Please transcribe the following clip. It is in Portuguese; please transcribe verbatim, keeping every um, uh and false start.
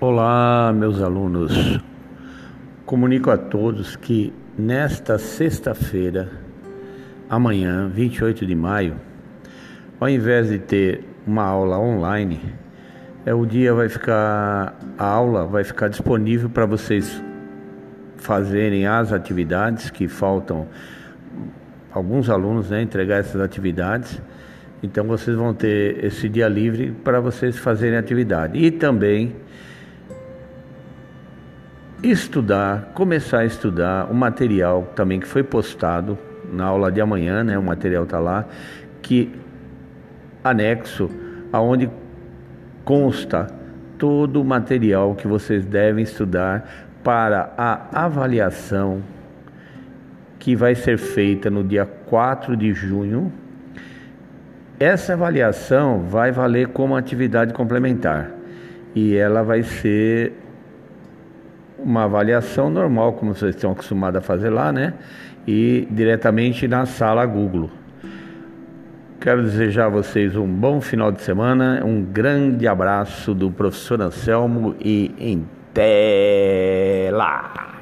Olá, meus alunos. Comunico a todos que nesta sexta-feira, amanhã, vinte e oito de maio, ao invés de ter uma aula online, é o dia vai ficar a aula vai ficar disponível para vocês fazerem as atividades que faltam alguns alunos, né, entregar essas atividades. Então vocês vão ter esse dia livre para vocês fazerem atividade e também estudar, começar a estudar o material também que foi postado na aula de amanhã, né? O material está lá, que anexo aonde consta todo o material que vocês devem estudar para a avaliação que vai ser feita no dia quatro de junho. Essa avaliação vai valer como atividade complementar e ela vai ser uma avaliação normal, como vocês estão acostumados a fazer lá, né? E diretamente na sala Google. Quero desejar a vocês um bom final de semana, um grande abraço do professor Anselmo e em tela!